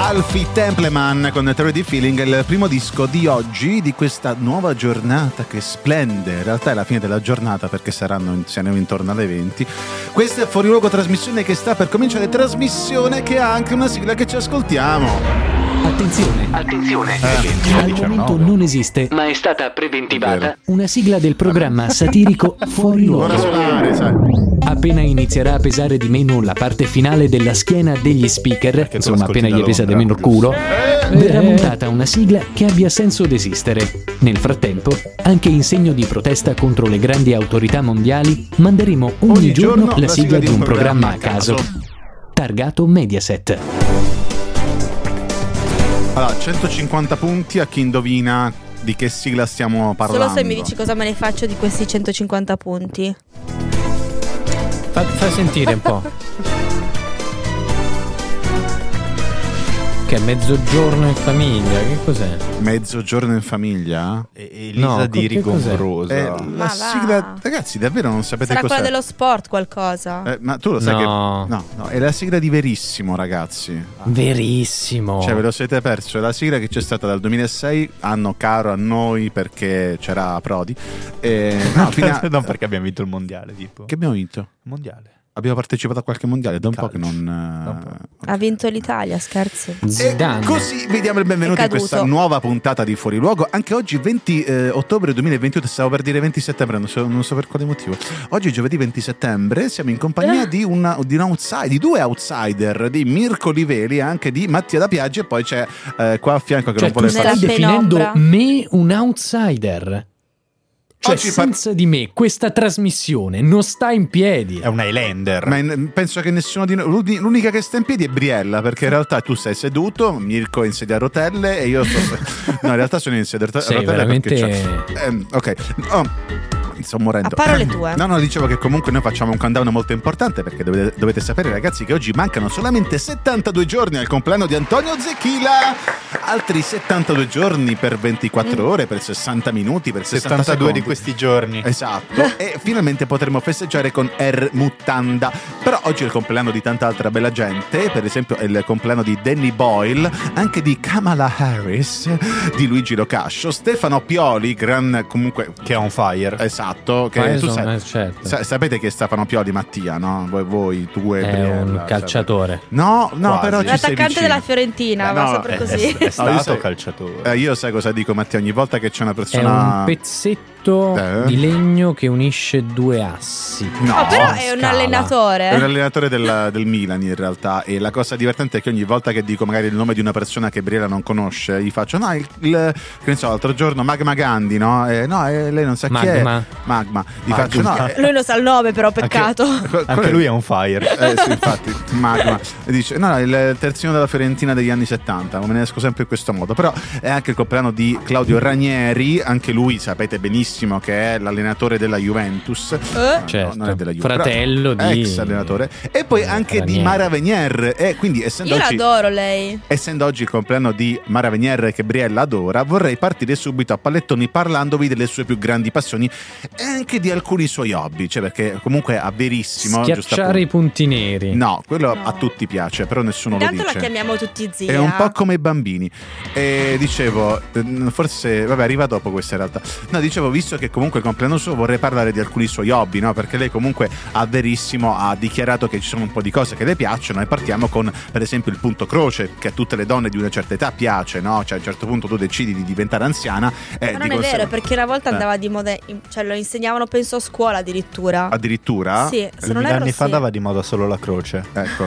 Alfie Templeman con 3D Feeling, il primo disco di oggi, di questa nuova giornata che splende. In realtà è la fine della giornata perché siamo intorno alle 20. Questa è Fuori Luogo, trasmissione che sta per cominciare, trasmissione che ha anche una sigla che ci ascoltiamo. Attenzione, al momento non esiste, ma è stata preventivata una sigla del programma satirico Fuori Luogo. Appena inizierà a pesare di meno la parte finale della schiena degli speaker, insomma appena gli pesa di meno il culo, verrà montata una sigla che abbia senso d'esistere. Nel frattempo, anche in segno di protesta contro le grandi autorità mondiali, manderemo ogni giorno la sigla di un programma a caso, targato Mediaset. Allora, 150 punti a chi indovina di che sigla stiamo parlando. Solo se mi dici cosa me ne faccio di questi 150 punti. Fai sentire un po'. Che è Mezzogiorno in famiglia, che cos'è? Mezzogiorno in famiglia? Elisa di Rigombrosa. La sigla, ragazzi, davvero non sapete sarà cos'è? Quella dello sport qualcosa. Ma tu lo sai che no, è la sigla di Verissimo, ragazzi. Verissimo. Cioè, ve lo siete perso, è la sigla che c'è stata dal 2006, anno caro a noi perché c'era Prodi. Non perché abbiamo vinto il mondiale, tipo. Che abbiamo vinto? Il mondiale. Abbiamo partecipato a qualche mondiale da un po' che non Ha vinto l'Italia, scherzi. E così vi diamo il benvenuto in questa nuova puntata di Fuori Luogo. Anche oggi 20 ottobre 2022, stavo per dire 20 settembre, non so per quale motivo. Oggi è giovedì 20 settembre, siamo in compagnia di due outsider, di Mirko Liveli e anche di Mattia Da Piaggi, e poi c'è qua a fianco che non vuole fare. Stai definendo me un outsider? Cioè, senza di me questa trasmissione non sta in piedi. È un Highlander. Ma penso che nessuno di noi. L'unica che sta in piedi è Briella, perché in realtà tu sei seduto, Mirko è in sedia a rotelle e io sto. No, in realtà sono in sedia a rotelle veramente. Perché ok. Sto morendo. A parole tue. No, dicevo che comunque noi facciamo un countdown molto importante, perché dovete sapere, ragazzi, che oggi mancano solamente 72 giorni al compleanno di Antonio Zecchila. Altri 72 giorni per 24 ore, per 60 minuti, per 60 secondi. Di questi giorni. Esatto. E finalmente potremo festeggiare con Air Mutanda. Però oggi è il compleanno di tanta altra bella gente. Per esempio è il compleanno di Danny Boyle, anche di Kamala Harris, di Luigi Locascio, Stefano Pioli, comunque che è on fire. Esatto. Che tu certo. sapete che Stefano Pioli, Mattia, no? Voi tu e è un calciatore. No, però ci sei l'attaccante vicino. della Fiorentina, va sempre così. È stato calciatore. Io sai cosa dico, Mattia? Ogni volta che c'è una persona, è un pezzetto di legno che unisce due assi. No, però è un allenatore. È un allenatore del Milan, in realtà. E la cosa divertente è che ogni volta che dico magari il nome di una persona che Briella non conosce, gli faccio che ne so, l'altro giorno Magma Gandhi, no? Lei non sa chi è. Magma. Gli faccio lui lo sa il nome, però peccato. Anche lui è on fire. Sì, infatti, Magma. E dice il terzino della Fiorentina degli anni 70. Me ne esco sempre in questo modo. Però è anche il compleanno di Claudio Ranieri, anche lui sapete benissimo che è l'allenatore della Juventus. Certo. Non è della Juventus, fratello di ex allenatore. E poi anche Ranieri. Di Mara Venier. E quindi io l'adoro lei. Essendo oggi il compleanno di Mara Venier, che Briella adora, vorrei partire subito a pallettoni parlandovi delle sue più grandi passioni e anche di alcuni suoi hobby, cioè perché comunque a Verissimo schiacciare i punti neri. No, quello a tutti piace, però nessuno lo dice. Intanto la chiamiamo tutti zia. È un po' come i bambini. E dicevo, forse arriva dopo questa in realtà. No, dicevo, visto che comunque il compleanno suo, vorrei parlare di alcuni suoi hobby, no? Perché lei comunque a Verissimo ha dichiarato che ci sono un po' di cose che le piacciono, e partiamo con per esempio il punto croce, che a tutte le donne di una certa età piace, no? Cioè a un certo punto tu decidi di diventare anziana. Ma non è vero, perché una volta andava di moda, cioè lo insegnavano penso a scuola addirittura. Addirittura? Sì, se non 2000 anni fa andava di moda solo la croce. Ecco.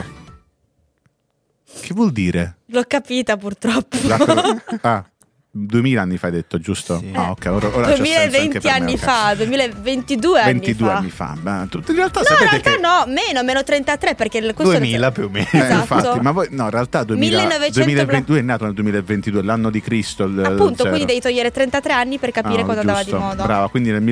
Che vuol dire? L'ho capita purtroppo. 2000 anni fa hai detto, giusto? Sì. Ok, ora 2020 anni fa, 2022 anni 22 fa. anni fa. In realtà no, sapete in realtà che no, meno 33, perché questo 2000 più o meno. Esatto. Infatti, ma voi no, in realtà 2022 è nato nel 2022, l'anno di Cristo. Appunto, quindi devi togliere 33 anni per capire quando andava di moda. Brava, quindi nel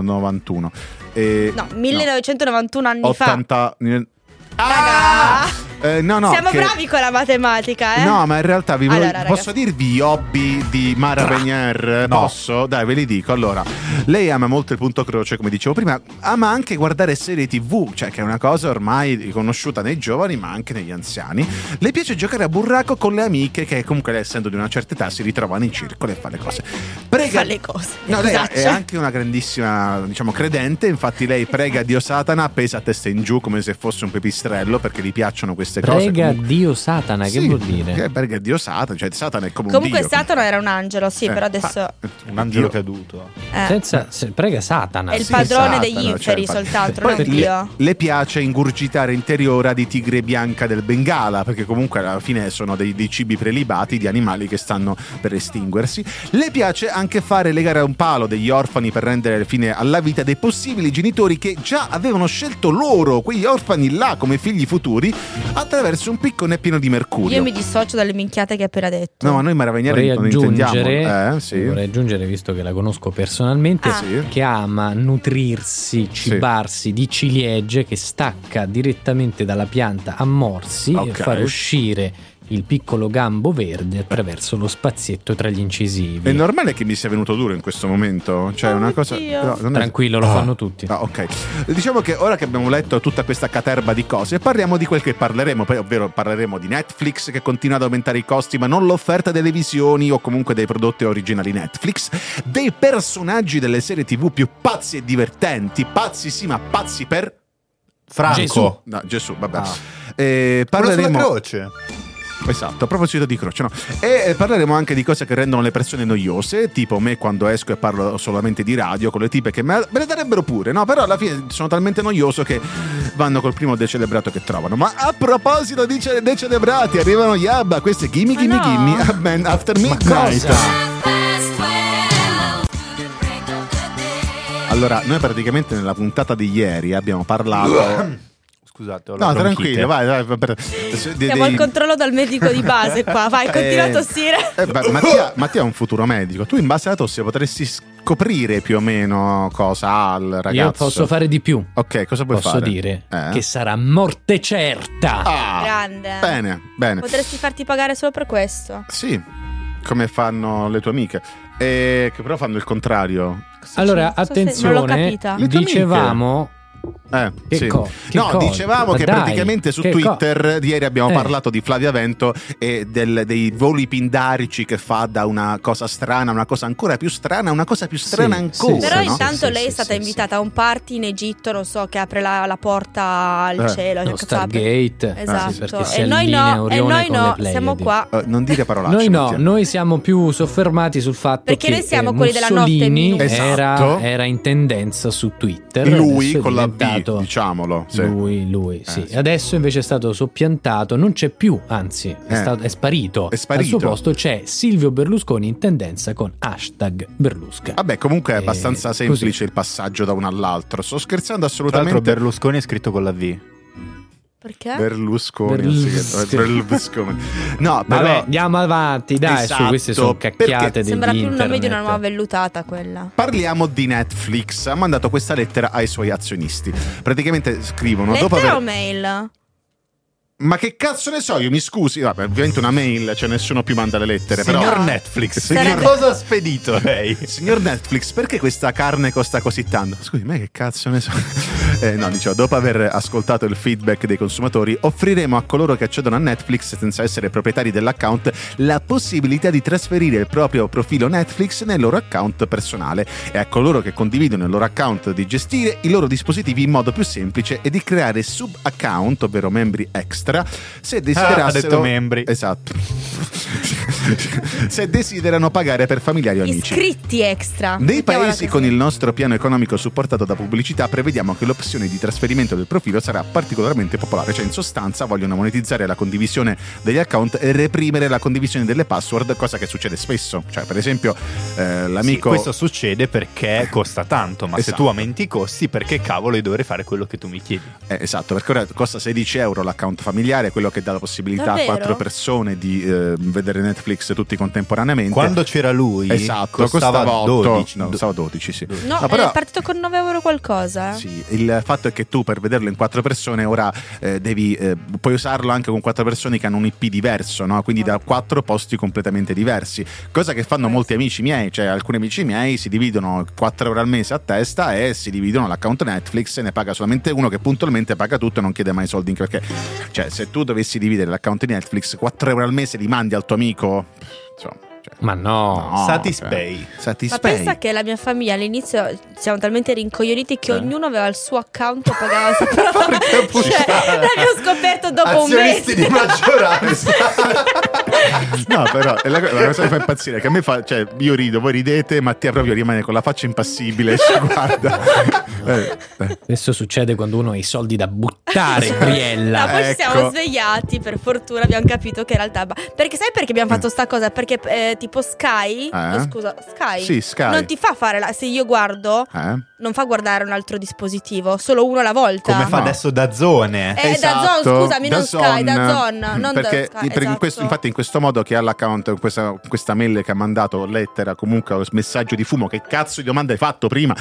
1991. No, 1991 anni 80... fa. No, siamo bravi con la matematica, eh? No, ma in realtà posso dirvi gli hobby di Mara Venier? No. Posso? Dai, ve li dico. Allora, lei ama molto il punto croce, come dicevo prima, ama anche guardare serie TV, cioè che è una cosa ormai riconosciuta nei giovani, ma anche negli anziani. Le piace giocare a burraco con le amiche, che comunque lei, essendo di una certa età, si ritrovano in circolo e fa le cose. Fa le cose. No, lei è anche una grandissima, diciamo, credente. Infatti lei prega Dio Satana appesa a testa in giù come se fosse un pipistrello, perché gli piacciono queste cose. Prega Dio Satana, che vuol dire? Prega Dio Satana, cioè Satana è come comunque un dio. Satana era un angelo, sì, però adesso un angelo caduto. Prega Satana. È il padrone Satana, degli inferi, cioè, soltanto, poi non Dio. Le piace ingurgitare interiora di tigre bianca del Bengala, perché comunque alla fine sono dei cibi prelibati di animali che stanno per estinguersi. Le piace anche fare legare a un palo degli orfani per rendere fine alla vita dei possibili genitori che già avevano scelto loro, quegli orfani là, come figli futuri, attraverso un piccone pieno di mercurio. Io mi dissocio dalle minchiate che hai appena detto. No, ma noi Mara Venier non intendiamo. Vorrei aggiungere, visto che la conosco personalmente, che ama nutrirsi, cibarsi di ciliegie che stacca direttamente dalla pianta a morsi e fare uscire il piccolo gambo verde attraverso lo spazietto tra gli incisivi. È normale che mi sia venuto duro in questo momento? Cioè, una cosa. No, tranquillo, lo fanno tutti. Ok. Diciamo che ora che abbiamo letto tutta questa caterba di cose, parliamo di quel che parleremo, ovvero parleremo di Netflix che continua ad aumentare i costi, ma non l'offerta delle visioni o comunque dei prodotti originali Netflix, dei personaggi delle serie TV più pazzi e divertenti, pazzi sì, ma pazzi per Franco. Gesù, vabbè. Parleremo sulla croce. Esatto, a proposito di croce, no? E parleremo anche di cose che rendono le persone noiose, tipo me quando esco e parlo solamente di radio con le tipe che me le darebbero pure, no? Però alla fine sono talmente noioso che vanno col primo decelebrato che trovano. Ma a proposito di decelebrati, arrivano gli ABBA, questo è Gimme Gimme Gimme, A Man After Midnight. Allora, noi praticamente nella puntata di ieri abbiamo parlato... Scusate, no, tranquillo, vai. Siamo al controllo dal medico di base qua. Vai, continua a tossire. Mattia è un futuro medico. Tu in base alla tosse potresti scoprire più o meno cosa ha il ragazzo. Io posso fare di più. Ok, cosa puoi fare? Posso dire che sarà morte certa. Grande. Bene. Potresti farti pagare solo per questo. Sì, come fanno le tue amiche. Che però fanno il contrario. Allora, attenzione, non l'ho capita. Dicevamo... dicevamo che praticamente su Twitter ieri abbiamo parlato di Flavia Vento e dei voli pindarici che fa da una cosa strana a una cosa ancora più strana, una cosa più strana ancora. Però no? intanto lei è stata invitata a un party in Egitto, non so, che apre la porta al cielo, lo Stargate. Esatto. E noi no, siamo qua. Non dire parolacce. Noi siamo più soffermati sul fatto perché che noi siamo quelli della notte era in tendenza su Twitter. Lui con la B, diciamolo. Lui, sì. Adesso invece è stato soppiantato, non c'è più, anzi è sparito. Al suo posto c'è Silvio Berlusconi in tendenza con #Berlusca. Vabbè, comunque è abbastanza semplice il passaggio da uno all'altro. Sto scherzando assolutamente. Tra l'altro Berlusconi è scritto con la V. Perché? Berlusconi. No, però vabbè, andiamo avanti, dai, esatto, queste sono cacchiate degli sembra più internet. un nome di una nuova vellutata quella. Parliamo di Netflix. Ha mandato questa lettera ai suoi azionisti. Praticamente scrivono lettera o mail? Ma che cazzo ne so io, mi scusi. Vabbè, ovviamente una mail, cioè nessuno più manda le lettere. Signor però Netflix, che cosa ha spedito lei? Signor Netflix, perché questa carne costa così tanto? Scusi, me che cazzo ne so. No, dicevo, dopo aver ascoltato il feedback dei consumatori, offriremo a coloro che accedono a Netflix senza essere proprietari dell'account la possibilità di trasferire il proprio profilo Netflix nel loro account personale e a coloro che condividono il loro account di gestire i loro dispositivi in modo più semplice e di creare sub-account, ovvero membri extra, se desiderassero... ha detto membri. Esatto. Se desiderano pagare per familiari o amici. Iscritti extra. Nei paesi con il nostro piano economico supportato da pubblicità prevediamo che l'opzione di trasferimento del profilo sarà particolarmente popolare, cioè in sostanza vogliono monetizzare la condivisione degli account e reprimere la condivisione delle password, cosa che succede spesso. Cioè, per esempio, l'amico... Sì, questo succede perché costa tanto, ma se tu aumenti i costi, perché cavolo io dovrei fare quello che tu mi chiedi? Esatto, perché ora costa €16 l'account familiare, quello che dà la possibilità a 4 persone di vedere Netflix Netflix tutti contemporaneamente. Quando c'era lui, esatto, costava 12. No, costava 12, sì. No, però è partito con 9 euro qualcosa. Sì, il fatto è che tu per vederlo in 4 persone ora puoi usarlo anche con 4 persone che hanno un IP diverso, no? Quindi da 4 posti completamente diversi, cosa che fanno molti amici miei, cioè alcuni amici miei si dividono 4 euro al mese a testa e si dividono l'account Netflix e ne paga solamente uno che puntualmente paga tutto e non chiede mai soldi, perché cioè se tu dovessi dividere l'account Netflix 4 euro al mese li mandi al tuo amico, insomma. Ma no, Satispay. Ma pensa che la mia famiglia all'inizio siamo talmente rincoglioniti che ognuno aveva il suo account e pagava separatamente. Cioè, l'abbiamo scoperto dopo un mese. Azionisti di maggioranza. No, però la cosa che fa impazzire è che a me fa, cioè io rido, voi ridete, Mattia proprio rimane con la faccia impassibile e ci guarda. Questo succede quando uno ha i soldi da buttare, Briella. No, poi ci siamo svegliati, per fortuna abbiamo capito che in realtà perché sai perché abbiamo fatto sta cosa? Perché tipo Sky, scusa, Sky, sì, Sky non ti fa fare se io guardo non fa guardare un altro dispositivo, solo uno alla volta. Come fa adesso DAZN? Esatto, DAZN, scusami, non Sky, DAZN, non perché Sky, esatto. infatti in questo modo che ha l'account, questa mail che ha mandato, lettera, comunque messaggio di fumo, che cazzo di domanda hai fatto prima?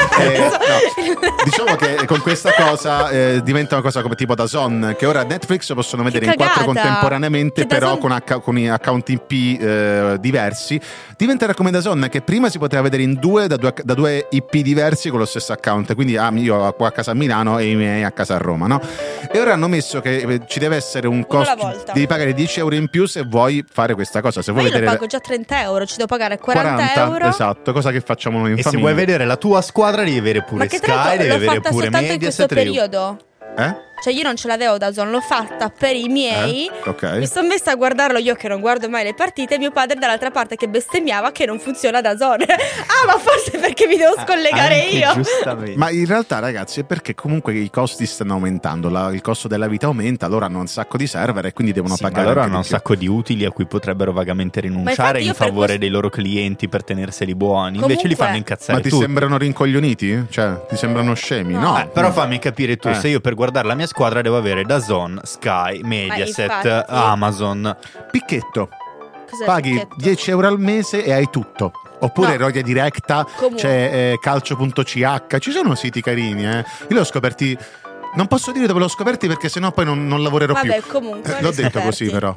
No, diciamo che con questa cosa diventa una cosa come tipo DAZN, che ora Netflix possono vedere in 4 contemporaneamente, però con account IP diversi. Diventerà come DAZN, che prima si poteva vedere in da due IP diversi con lo stesso account, quindi io qua a casa a Milano e i miei a casa a Roma, no? E ora hanno messo che ci deve essere un costo, devi pagare 10 euro in più se vuoi fare questa cosa. Se vuoi io lo pago già 30 euro, ci devo pagare 40 euro. Esatto, cosa che facciamo noi in famiglia. E se vuoi vedere la tua squadra devi avere pure Sky, devi avere pure Mediaset. In questo periodo. Cioè io non ce l'avevo DAZN, l'ho fatta per i miei. Mi sono messa a guardarlo io che non guardo mai le partite, e mio padre dall'altra parte che bestemmiava che non funziona DAZN. Ma forse perché mi devo scollegare io. Giustamente. Ma in realtà ragazzi è perché comunque i costi stanno aumentando, il costo della vita aumenta, loro hanno un sacco di server e quindi devono pagare. Loro hanno un sacco di utili a cui potrebbero vagamente rinunciare in favore dei loro clienti per tenerseli buoni. Invece li fanno incazzare. Ma ti sembrano rincoglioniti? Cioè ti sembrano scemi? No. Però fammi capire tu, se io per guardare la mia squadra devo avere DAZN, Sky, Mediaset, Amazon. Picchetto. Paghi picchetto? 10 euro al mese e hai tutto. Oppure Rodia Directa, c'è calcio.ch, ci sono siti carini, Io l'ho scoperti, non posso dire dove l'ho scoperti perché sennò poi non lavorerò più. Comunque l'ho detto così però.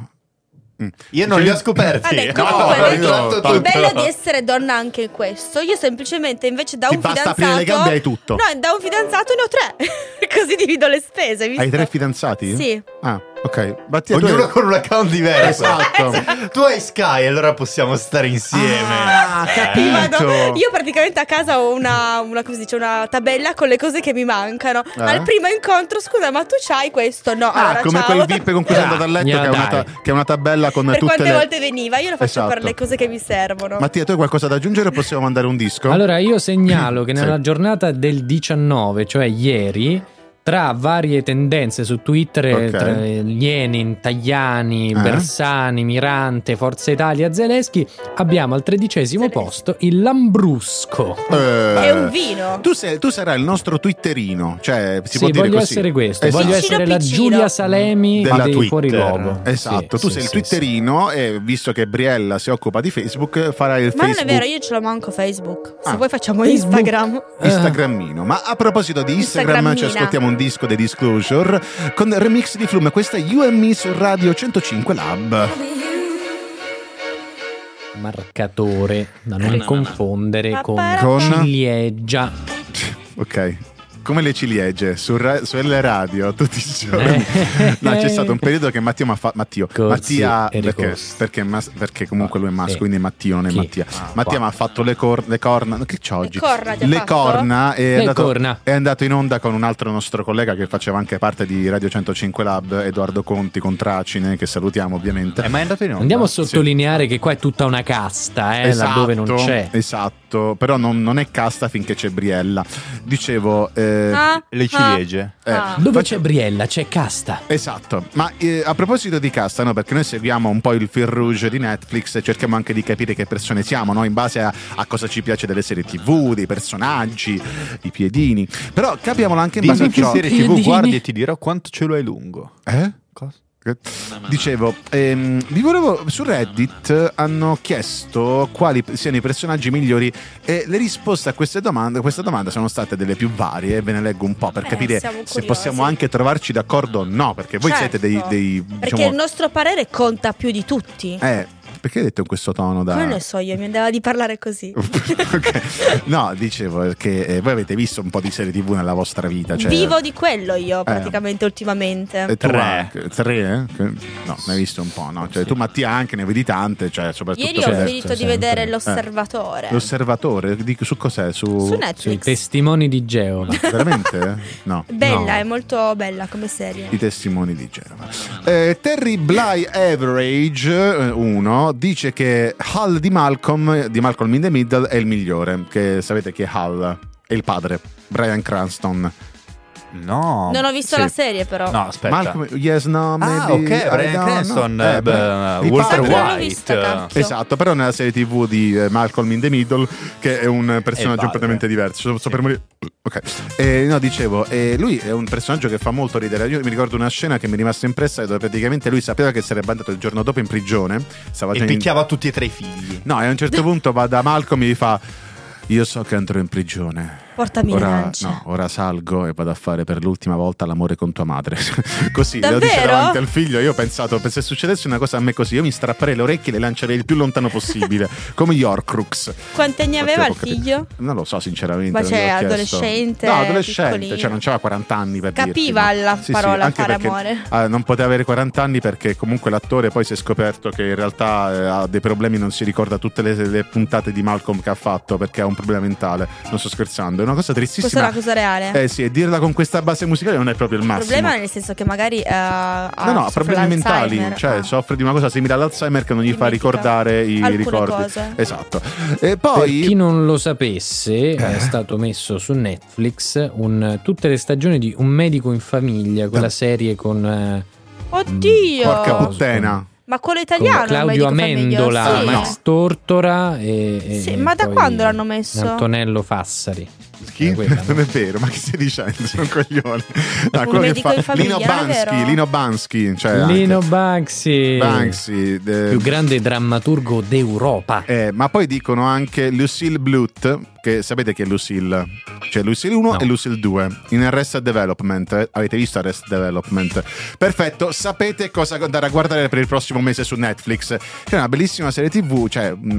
Io non li ho scoperti. Il bello di essere donna anche in questo. Io semplicemente invece da un fidanzato, basta aprire le gambe e hai tutto. No, da un fidanzato ne ho 3. Così divido le spese. Hai 3 fidanzati? Sì. Ah, ok. Mattia, ognuno con un account diverso. Esatto. Tu hai Sky, allora possiamo stare insieme. Capito. Io praticamente a casa ho una come si dice, una tabella con le cose che mi mancano. Al primo incontro, scusa, ma tu c'hai questo? No. Allora, come quel VIP con cui sei andato a letto che è una tabella con per tutte quante volte veniva. Io lo faccio per le cose che mi servono. Mattia, tu hai qualcosa da aggiungere o possiamo mandare un disco? Allora io segnalo che nella giornata del 19, cioè ieri, tra varie tendenze su Twitter, tra Lenin, Tajani, Bersani, Mirante, Forza Italia, Zelensky, abbiamo al 13° posto il Lambrusco. È un vino. Tu sarai il nostro twitterino, cioè si può dire voglio così. Essere questo, esatto. Voglio essere la Giulia Salemi dei Fuori Luogo. Esatto, tu sei il twitterino e visto che Briella si occupa di Facebook farai il Facebook. Ma non è vero, io ce l'ho manco Facebook. Se vuoi facciamo Instagram. Instagrammino. Ma a proposito di Instagram ci ascoltiamo un disco dei Disclosure con remix di Flume. Questa è You and Me su Radio 105 Lab. Marcatore da non confondere con ciliegia. Ok. Come le ciliegie su L Radio tutti i giorni. No, c'è stato un periodo che Mattia Mattia perché comunque lui è maschio, quindi Mattio non è Mattia. Mattia mi ha fatto le corna. Che c'ho oggi? Le corna è andato in onda con un altro nostro collega che faceva anche parte di Radio 105 Lab, Edoardo Conti con Tracine, che salutiamo ovviamente. Ma è andato in onda. Andiamo a sottolineare che qua è tutta una casta, esatto, laddove non c'è. Esatto, però non è casta finché c'è Briella. Dicevo le ciliegie. Dove c'è Briella c'è casta. Esatto. Ma a proposito di casta, no, perché noi seguiamo un po' il fil rouge di Netflix e cerchiamo anche di capire che persone siamo, no, in base a cosa ci piace delle serie TV, dei personaggi, i piedini. Però capiamolo anche in base a che serie TV guardi e ti dirò quanto ce lo hai lungo. Cosa? Dicevo, vi volevo, su Reddit hanno chiesto quali siano i personaggi migliori e le risposte a questa domanda sono state delle più varie. Ve ne leggo un po' per capire se possiamo anche trovarci d'accordo o no, perché voi siete dei perché il nostro parere conta più di tutti. Perché hai detto in questo tono da... Non ne so, io mi andava di parlare così. Okay. No, dicevo che voi avete visto un po' di serie TV nella vostra vita, cioè... Vivo di quello io praticamente ultimamente. E tre? No, ne hai visto un po', no? Cioè tu Mattia anche ne vedi tante, cioè soprattutto... Ieri ho finito di vedere L'Osservatore. L'Osservatore? Su cos'è? Su Netflix. Sui Testimoni di Geova. Veramente? No. Bella, è molto bella come serie. I Testimoni di Geova. Terry Bly Average 1 dice che Hal di Malcolm in the Middle è il migliore, che sapete chi è Hal? È il padre, Bryan Cranston. No, non ho visto la serie però. No, aspetta. Malcolm, maybe. Ok, Bryan Cranston, Walter White. Esatto, però nella serie TV di Malcolm in the Middle, che è un personaggio completamente diverso. Sto per morire. Ok. No, dicevo, lui è un personaggio che fa molto ridere. Io mi ricordo una scena che mi è rimasta impressa dove praticamente lui sapeva che sarebbe andato il giorno dopo in prigione. E picchiava tutti e tre i figli. No, e a un certo punto va da Malcolm e gli fa: io so che andrò in prigione. Portami ora salgo e vado a fare per l'ultima volta l'amore con tua madre. Così, davvero? Lo dice davanti al figlio. Io ho pensato, se succedesse una cosa a me così, io mi strapperei le orecchie e le lancerei il più lontano possibile, come gli Horcrux. Quanti anni aveva il figlio? Non lo so sinceramente. Ma c'è adolescente? No, adolescente, cioè non c'aveva 40 anni per capiva dirti. la parola anche fare perché, amore. Non poteva avere 40 anni perché comunque l'attore poi si è scoperto che in realtà ha dei problemi, non si ricorda tutte le puntate di Malcolm che ha fatto perché ha un problema mentale. Non sto scherzando, è una cosa tristissima. Una cosa reale. Sì, e dirla con questa base musicale non è proprio il massimo. Il problema nel senso che magari ha problemi mentali, cioè soffre di una cosa simile all'Alzheimer che non gli fa ricordare i ricordi. Cose. Esatto. E poi per chi non lo sapesse, è stato messo su Netflix tutte le stagioni di Un medico in famiglia, quella serie con oddio, porca puttana. Ma quello italiano, con Claudio Amendola, sì. Max Tortora e sì, ma da quando l'hanno messo? Antonello Fassari. Chi? Non è vero, ma chi stai dicendo? Sono un coglione. No, quello che fa Lino Banksy, cioè Lino Banksy, più grande drammaturgo d'Europa. Ma poi dicono anche Lucille Bluth, che sapete chi è Lucille? C'è Lucille 1 e Lucille 2 in Arrested Development. Avete visto Arrested Development? Perfetto, sapete cosa andare a guardare per il prossimo mese su Netflix. C'è una bellissima serie TV,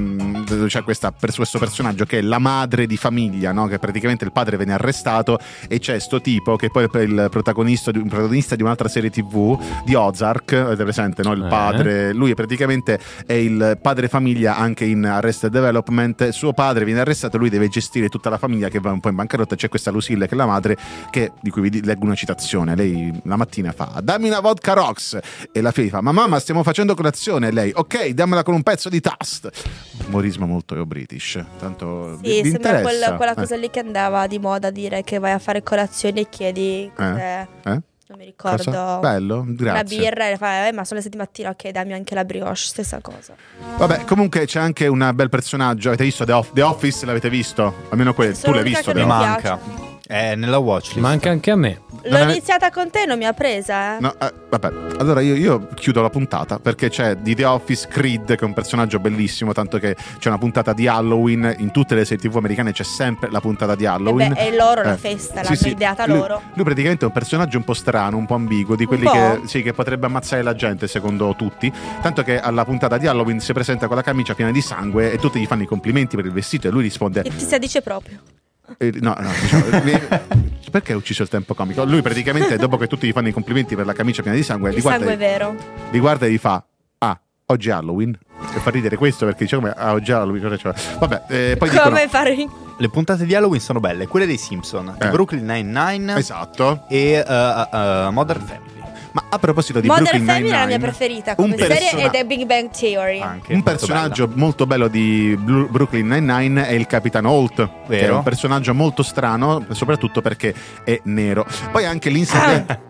c'è questo personaggio che è la madre di famiglia, no? Che praticamente il padre viene arrestato e c'è sto tipo che poi è il protagonista di un'altra serie TV di Ozark, avete presente, no? Il padre, lui praticamente è il padre famiglia anche in Arrested Development. Suo padre viene arrestato, lui deve gestire tutta la famiglia che va un po' in bancarotta. C'è questa Lucille che è la madre, di cui vi leggo una citazione. Lei la mattina fa: dammi una vodka rocks, e la figlia fa: ma mamma, stiamo facendo colazione. E lei: ok, dammela con un pezzo di toast. Umorismo molto british, tanto sì, vi sembra interessa? quella cosa lì che andava di moda, dire che vai a fare colazione e chiedi cos'è. Non mi ricordo. Cosa? Bello, grazie. La birra e fai: ma sono le 7 di mattina, ok, dammi anche la brioche, stessa cosa. Vabbè, comunque c'è anche un bel personaggio. Avete visto The Office? L'avete visto? Almeno quello. Tu l'hai visto? Mi manca. Nella watchlist. Manca anche a me. L'ho iniziata con te e non mi ha presa. No, vabbè. Allora io chiudo la puntata perché c'è di The Office Creed, che è un personaggio bellissimo, tanto che c'è una puntata di Halloween. In tutte le serie TV americane c'è sempre la puntata di Halloween. È loro la festa, l'hanno ideata loro. Lui praticamente è un personaggio un po' strano, un po' ambiguo, di quelli che potrebbe ammazzare la gente secondo tutti. Tanto che alla puntata di Halloween si presenta con la camicia piena di sangue e tutti gli fanno i complimenti per il vestito e lui risponde: che ti si addice proprio. No, diciamo, perché hai ucciso il tempo comico? Lui praticamente, dopo che tutti gli fanno i complimenti per la camicia piena di sangue, sangue vero, li guarda e gli fa: oggi è Halloween. E fa ridere questo perché dice come oggi è Halloween. Vabbè, poi come fare? Le puntate di Halloween sono belle, quelle dei Simpson, Brooklyn Nine-Nine, esatto, e Modern Family. Ma a proposito di Modern Brooklyn Family Nine-Nine, è la mia preferita come serie, ed è Big Bang Theory. Anche, un personaggio molto bello di Brooklyn Nine-Nine è il Capitano Holt, vero? Che è un personaggio molto strano, soprattutto perché è nero. Poi anche l'insegnante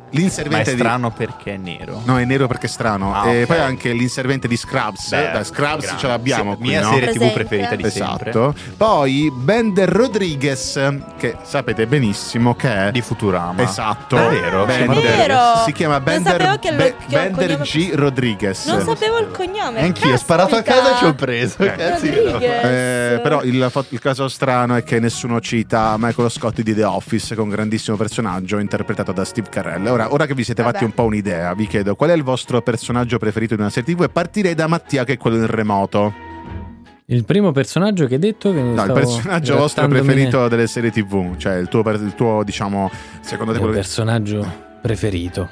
l'inservente. Ma è strano perché è nero. No, è nero perché è strano. Okay. Poi anche l'inservente di Scrubs. Scrubs ce l'abbiamo qui, mia serie TV preferita di sempre. Poi Bender Rodriguez, che sapete benissimo che è di Futurama. Esatto. È vero. Si chiama Bender G. Rodriguez. Non sapevo il cognome. Anch'io ho sparato a casa e ci ho preso. Però il caso strano è che nessuno cita Michael Scott di The Office, con un grandissimo personaggio interpretato da Steve Carell. Ora che vi siete fatti un po' un'idea, vi chiedo qual è il vostro personaggio preferito di una serie TV, e partirei da Mattia, che è quello in remoto. Il primo personaggio che hai detto? Che il personaggio vostro preferito delle serie TV, cioè il tuo diciamo, secondo te, il personaggio preferito.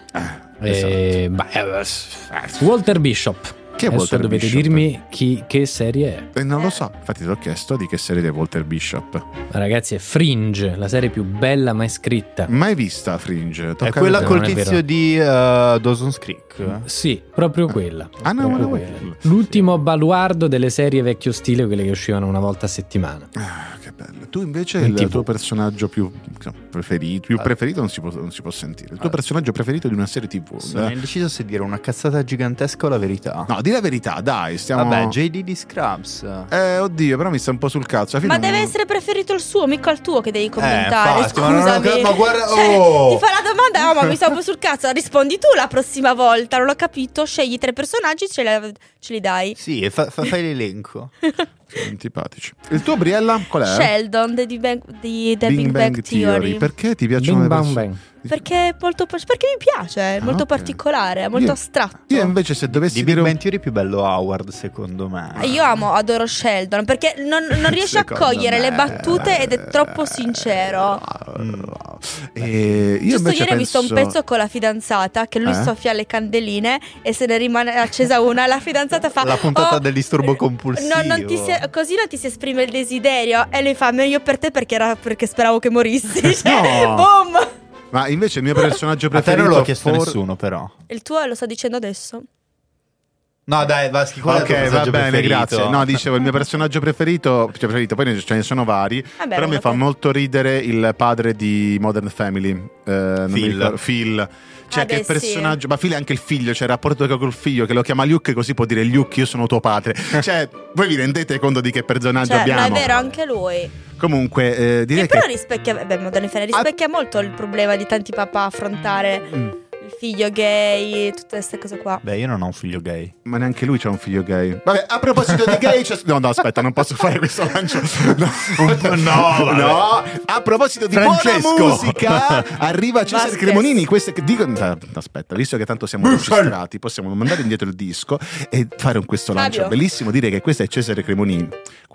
Esatto. Walter Bishop. Che adesso dovete dirmi che serie è. Non lo so, infatti ti ho chiesto di che serie è Walter Bishop. Ragazzi, è Fringe, la serie più bella mai scritta. Mai vista Fringe? È quella col tizio di Dawson's Creek? Sì, proprio quella. Quella. L'ultimo baluardo delle serie vecchio stile, quelle che uscivano una volta a settimana. Che bello. Tu invece il tuo personaggio più preferito non si può sentire. Il tuo personaggio preferito di una serie TV? Sono indeciso se dire una cazzata gigantesca o la verità. No, di la verità, dai, stiamo... Vabbè, JD di Scrubs. Oddio, però mi sta un po' sul cazzo. Ma deve essere preferito il suo, mica il tuo che devi commentare. Infatti, scusami. Ma guarda, ti fa la domanda, ma mi sta un po' sul cazzo. Rispondi tu la prossima volta, non l'ho capito. Scegli 3 personaggi, ce li dai. Sì, e fai l'elenco. Sono antipatici. Il tuo, Briella, qual è? Sheldon di The Big Bang Theory. Perché ti piacciono le persone? Perché mi piace, è molto particolare, è molto astratto. Io invece, se dovessi dire Big Bang Theory è più bello Howard, secondo me. Io adoro Sheldon perché non riesce a cogliere le battute ed è troppo sincero. Giusto ieri ho visto un pezzo con la fidanzata che lui soffia le candeline e se ne rimane accesa una. La fidanzata fa la puntata del disturbo compulsivo. Così non ti si esprime il desiderio. E lei fa meglio per te perché speravo che morissi. Boom. Ma invece il mio personaggio preferito... A te non l'ho chiesto nessuno, però. Il tuo lo sto dicendo adesso. No, dai, Vaschi, qual è il tuo personaggio preferito? Grazie. No, dicevo, il mio personaggio preferito, poi ce ne sono vari, però mi fa molto ridere il padre di Modern Family, Phil. Cioè, che personaggio, sì. Ma Phil è anche il figlio, cioè il rapporto che ha col figlio, che lo chiama Luke, così può dire Luke, io sono tuo padre. Cioè, voi vi rendete conto di che personaggio abbiamo? No, è vero, anche lui. Comunque, direi però rispecchia molto il problema di tanti papà affrontare il figlio gay, tutte queste cose qua. Beh, io non ho un figlio gay. Ma neanche lui c'ha un figlio gay. Vabbè, a proposito di gay, no, aspetta, non posso fare questo lancio. No. A proposito di buona musica, arriva Cesare Cremonini. Aspetta, visto che tanto siamo registrati, possiamo mandare indietro il disco e fare questo lancio bellissimo. Dire che questa è Cesare Cremonini.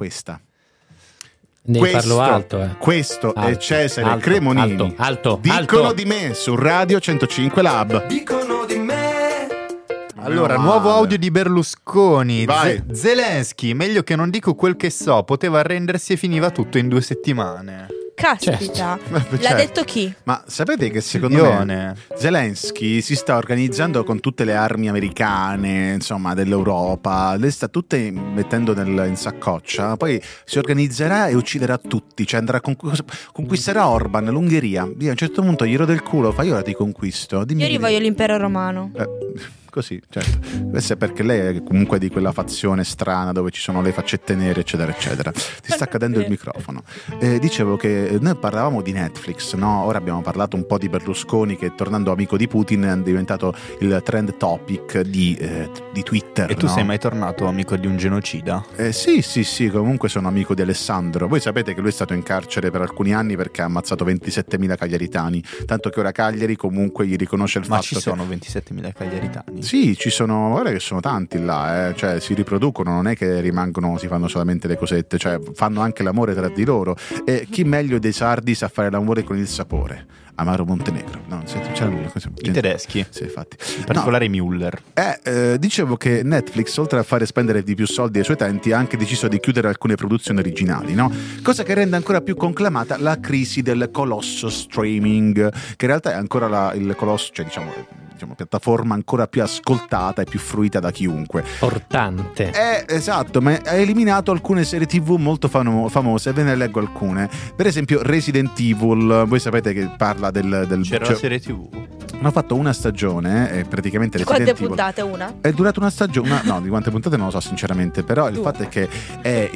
Devi farlo alto, Questo è Cesare Cremonini. Alto. Dicono di me su Radio 105 Lab. Dicono di me. Allora, nuovo audio di Berlusconi. Zelensky, meglio che non dico quel che so, poteva arrendersi e finiva tutto in 2 settimane. Caspita, l'ha detto chi? Ma sapete che secondo me Zelensky si sta organizzando con tutte le armi americane, insomma, dell'Europa, le sta tutte mettendo in saccoccia, poi si organizzerà e ucciderà tutti, cioè andrà conquisterà Orban, l'Ungheria. Io a un certo punto gli rode il culo, io ora ti conquisto. Io rivoglio l'impero romano. Così, certo. Questo è perché lei è comunque di quella fazione strana dove ci sono le faccette nere, eccetera, eccetera. Ti sta cadendo il microfono. Dicevo che noi parlavamo di Netflix, no? Ora abbiamo parlato un po' di Berlusconi, che tornando amico di Putin è diventato il trend topic di Twitter. E tu sei mai tornato amico di un genocida? Sì, comunque sono amico di Alessandro. Voi sapete che lui è stato in carcere per alcuni anni perché ha ammazzato 27.000 cagliaritani, tanto che ora Cagliari comunque gli riconosce il fatto che... Ma ci sono 27.000 cagliaritani? Sì, ci sono, guarda che sono tanti là, cioè si riproducono, non è che rimangono, si fanno solamente le cosette, cioè fanno anche l'amore tra di loro. E chi meglio dei sardi sa fare l'amore con il sapore? Amaro Montenegro. No, i tedeschi. Sì, infatti. In particolare Müller. Dicevo che Netflix, oltre a fare spendere di più soldi ai suoi utenti, ha anche deciso di chiudere alcune produzioni originali, no? Cosa che rende ancora più conclamata la crisi del colosso streaming, che in realtà è ancora il colosso, cioè diciamo piattaforma ancora più ascoltata e più fruita da chiunque. Portante. Esatto, ma ha eliminato alcune serie TV molto famose, ve ne leggo alcune. Per esempio Resident Evil, voi sapete che parla del c'era la serie TV? Hanno fatto una stagione e praticamente Resident Evil. Quante puntate una? È durata una stagione, no, di quante puntate non lo so sinceramente, però il fatto è che è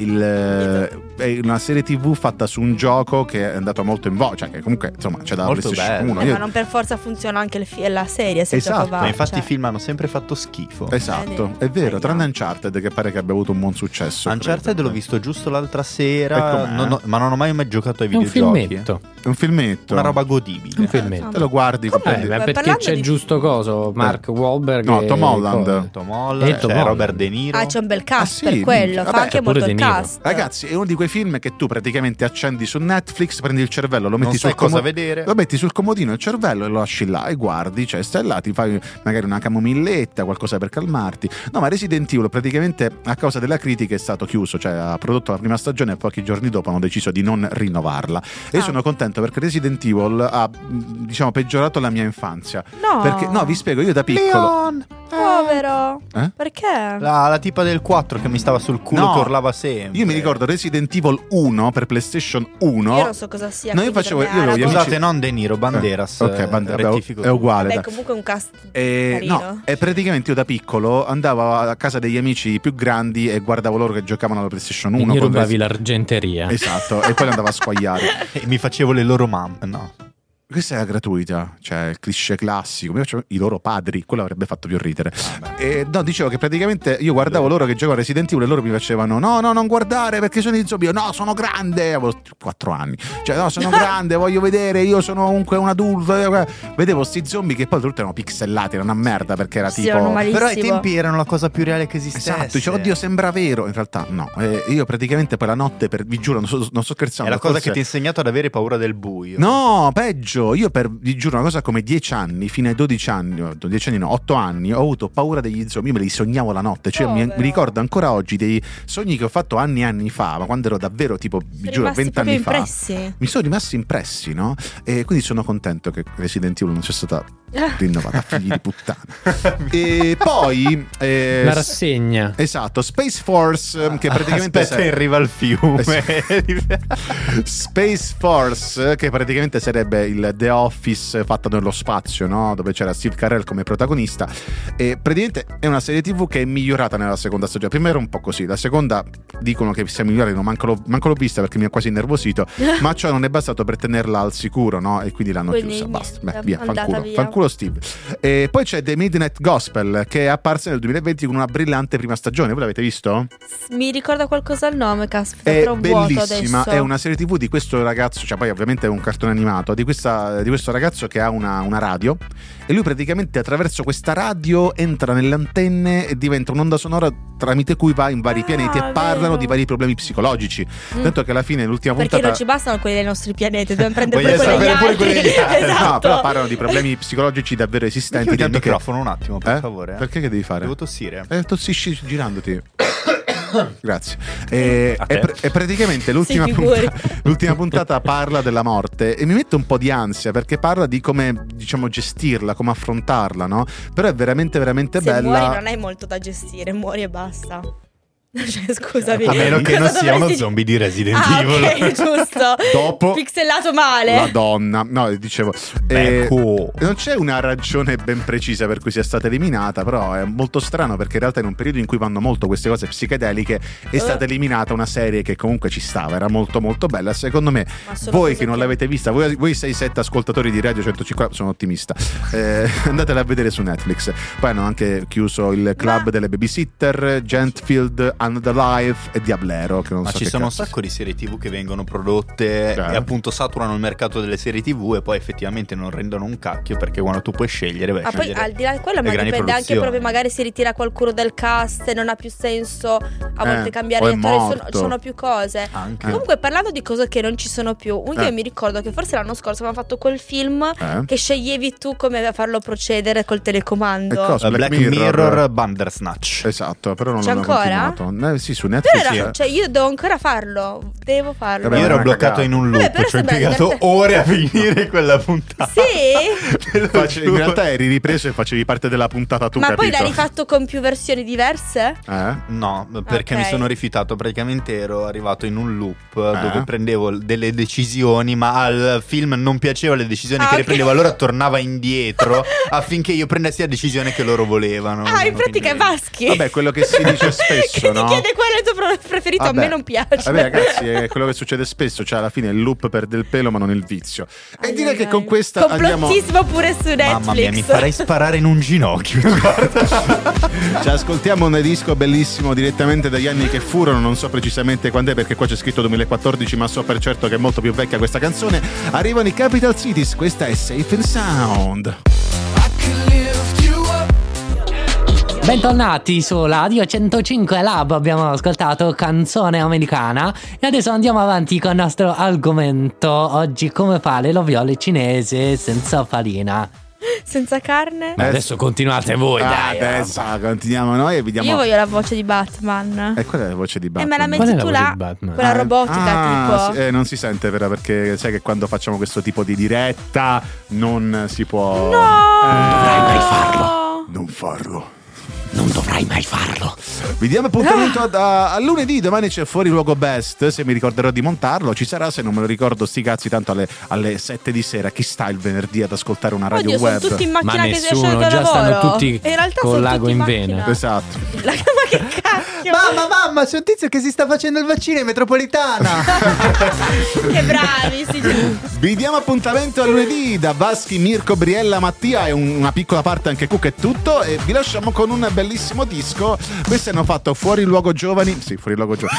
una serie TV fatta su un gioco che è andato molto in voga, cioè che comunque insomma c'è da PlayStation 1. Ma non per forza funziona anche la serie, se esatto. Va, ma infatti cioè. I film hanno sempre fatto schifo. Esatto, è vero, tranne Uncharted che pare che abbia avuto un buon successo. Uncharted l'ho visto giusto l'altra sera, ma non ho mai giocato ai videogiochi. È un filmetto. Una roba godibile. Un filmetto. Te lo guardi perché c'è giusto coso Mark Wahlberg. No, Tom Holland. Robert De Niro. C'è un bel cast per quello. Fa anche molto il cast. Ragazzi, è uno di quei film che tu praticamente accendi su Netflix, prendi il cervello, lo metti vedere. Lo metti sul comodino il cervello e lo lasci là e guardi, cioè stai là, ti fai magari una camomilletta, qualcosa per calmarti. No, ma Resident Evil praticamente a causa della critica è stato chiuso, cioè ha prodotto la prima stagione e pochi giorni dopo hanno deciso di non rinnovarla. E io sono contento perché Resident Evil ha, diciamo, peggiorato la mia infanzia. No. Perché vi spiego, io da piccolo Leon. Povero. Perché? La tipa del 4 che mi stava sul culo, che urlava sempre. Io mi ricordo Resident Evil 1 per PlayStation 1. Io non so cosa sia. No, io facevo Scusate, non De Niro, Banderas. Ok, Banderas è uguale. Beh, comunque è un cast carino. No, e praticamente io da piccolo andavo a casa degli amici più grandi e guardavo loro che giocavano alla PlayStation 1. Mi rubavi l'argenteria. Esatto, e poi andavo a squagliare. E mi facevo le loro mamme, no. Questa è la gratuita, cioè il cliché classico. Mi faccio i loro padri, quello avrebbe fatto più ridere. E no, dicevo che praticamente io guardavo loro che giocavano a Resident Evil e loro mi facevano no, non guardare perché sono i zombie. No, sono grande, avevo 4 anni. Cioè no, sono grande, voglio vedere, io sono comunque un adulto. Vedevo sti zombie che poi tutti erano pixellati, era una merda perché era tipo. Però ai tempi erano la cosa più reale che esistesse. Esatto, dicevo oddio sembra vero, in realtà no. Io praticamente poi la notte, vi giuro, non sto scherzando. È la cosa che ti ha insegnato ad avere paura del buio. No, peggio, io vi giuro una cosa come 10 anni, fino ai 12 anni, 8 anni, ho avuto paura degli zombie, io me li sognavo la notte, cioè mi ricordo ancora oggi dei sogni che ho fatto anni e anni fa, ma quando ero davvero tipo, vi giuro, 20 anni fa. Mi sono rimasti impressi, no? E quindi sono contento che Resident Evil non sia stata rinnovata, figli di puttana. E poi la rassegna. Esatto, Space Force che praticamente arriva al fiume. Space Force che praticamente sarebbe il The Office fatta nello spazio, no? Dove c'era Steve Carell come protagonista. E praticamente è una serie TV che è migliorata nella seconda stagione. Prima era un po' così, la seconda dicono che sia migliorata, manco l'ho vista perché mi ha quasi innervosito, ma ciò non è bastato per tenerla al sicuro, no? E quindi l'hanno chiusa, basta. Via, fanculo Steve. E poi c'è The Midnight Gospel che è apparsa nel 2020 con una brillante prima stagione. Voi l'avete visto? Mi ricorda qualcosa il nome, caspita, è però bellissima, vuoto è una serie TV di questo ragazzo, cioè poi ovviamente è un cartone animato, di questo ragazzo che ha una radio e lui praticamente attraverso questa radio entra nelle antenne e diventa un'onda sonora tramite cui va in vari pianeti e parlano di vari problemi psicologici. Tanto che alla fine l'ultima puntata, perché non ci bastano quelli dei nostri pianeti, dobbiamo prendere pure quelli degli altri. Esatto. No, però parlano di problemi psicologici davvero esistenti. Chiudi il microfono un attimo, per favore. Perché che devi fare? Devo tossire. Tossisci girandoti. Grazie. E praticamente l'ultima puntata parla della morte e mi mette un po' di ansia perché parla di come, diciamo, gestirla, come affrontarla, no? Però è veramente veramente bella. Se muori non hai molto da gestire, muori e basta. Cioè, scusami, a meno che non sia uno zombie di Resident Evil. Ok, giusto. Dopo pixelato male. Madonna. No, dicevo non c'è una ragione ben precisa per cui sia stata eliminata, però è molto strano perché in realtà in un periodo in cui vanno molto queste cose psichedeliche è stata eliminata una serie che comunque ci stava, era molto molto bella. Secondo me voi che non l'avete vista, voi 6-7 ascoltatori di Radio 105, sono ottimista, andatela a vedere su Netflix. Poi hanno anche chiuso il club delle babysitter, Gentfield, The Life e Diablero, che non ma so ci sono un sacco di serie TV che vengono prodotte e appunto saturano il mercato delle serie TV e poi effettivamente non rendono un cacchio perché quando tu puoi scegliere poi al di là di quello, ma dipende anche proprio, magari si ritira qualcuno del cast e non ha più senso a volte cambiare gli attori, sono più cose anche. Comunque parlando di cose che non ci sono più, io mi ricordo che forse l'anno scorso avevamo fatto quel film che sceglievi tu come farlo procedere col telecomando. Black Mirror Bandersnatch. Esatto, però non c'è l'ho ancora? continuato. Sì, su Netflix. Cioè, io devo ancora farlo. Devo farlo. Vabbè, io ero bloccato in un loop, ci ho impiegato ore a finire quella puntata. Sì. In realtà eri ripreso e facevi parte della puntata tu, ma capito? poi l'hai rifatto con più versioni diverse? No, perché mi sono rifiutato. Praticamente ero arrivato in un loop dove prendevo delle decisioni, ma al film non piaceva le decisioni che riprendevo, allora tornava indietro affinché io prendessi la decisione che loro volevano. In pratica è Vaschi. Vabbè, quello che si dice spesso, che no? ti chiede qual è il tuo preferito, a me non piace. Vabbè, ragazzi, è quello che succede spesso, cioè alla fine il loop perde il pelo ma non il vizio. E direi che con questa complottismo pure su Netflix. Mamma mia, mi farei sparare in un ginocchio. Ci ascoltiamo un disco bellissimo direttamente dagli anni che furono, non so precisamente quando è perché qua c'è scritto 2014, ma so per certo che è molto più vecchia questa canzone. Arrivano i Capital Cities, questa è Safe and Sound. Bentornati su Radio 105 Lab, abbiamo ascoltato canzone americana e adesso andiamo avanti con il nostro argomento. Oggi come fare l'oviole cinese senza farina. Senza carne? Adesso continuate voi, dai. Adesso continuiamo noi e vediamo. Io voglio la voce di Batman. E qual è la voce di Batman? E me la metti tu là, quella robotica tipo. Non si sente, però, perché sai che quando facciamo questo tipo di diretta non si può. No! Non dovrai mai farlo. Non farlo. Non dovrai mai farlo. Vi diamo appuntamento a lunedì. Domani c'è Fuori Luogo Best. Se mi ricorderò di montarlo, ci sarà. Se non me lo ricordo, sti cazzi, tanto alle 7 di sera. Chi sta il venerdì ad ascoltare una radio web? Sono tutti in macchina. Ma che nessuno, già lavoro. stanno tutti in realtà col lago in vena. Esatto. Ma che cacchio? Mamma, c'è un tizio che si sta facendo il vaccino in metropolitana. Che bravi, sì. Vi diamo appuntamento a lunedì da Vaschi, Mirko, Briella, Mattia e una piccola parte anche Cuca, è tutto. E vi lasciamo con un bellissimo disco. Questi hanno fatto Fuori Luogo Giovani. Sì, Fuori Luogo Giovani.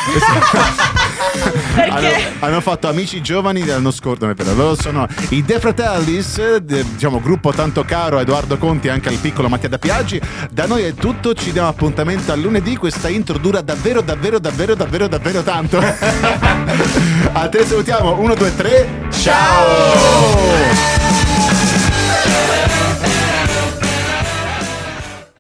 hanno fatto Amici Giovani dell'anno scorso. Non è vero, loro sono i De Fratellis, diciamo gruppo tanto caro a Edoardo Conti e anche al piccolo Mattia Da Piaggi. Da noi è tutto, ci diamo appuntamento a lunedì. Questa intro dura davvero tanto. A te salutiamo, 1, 2, 3, ciao!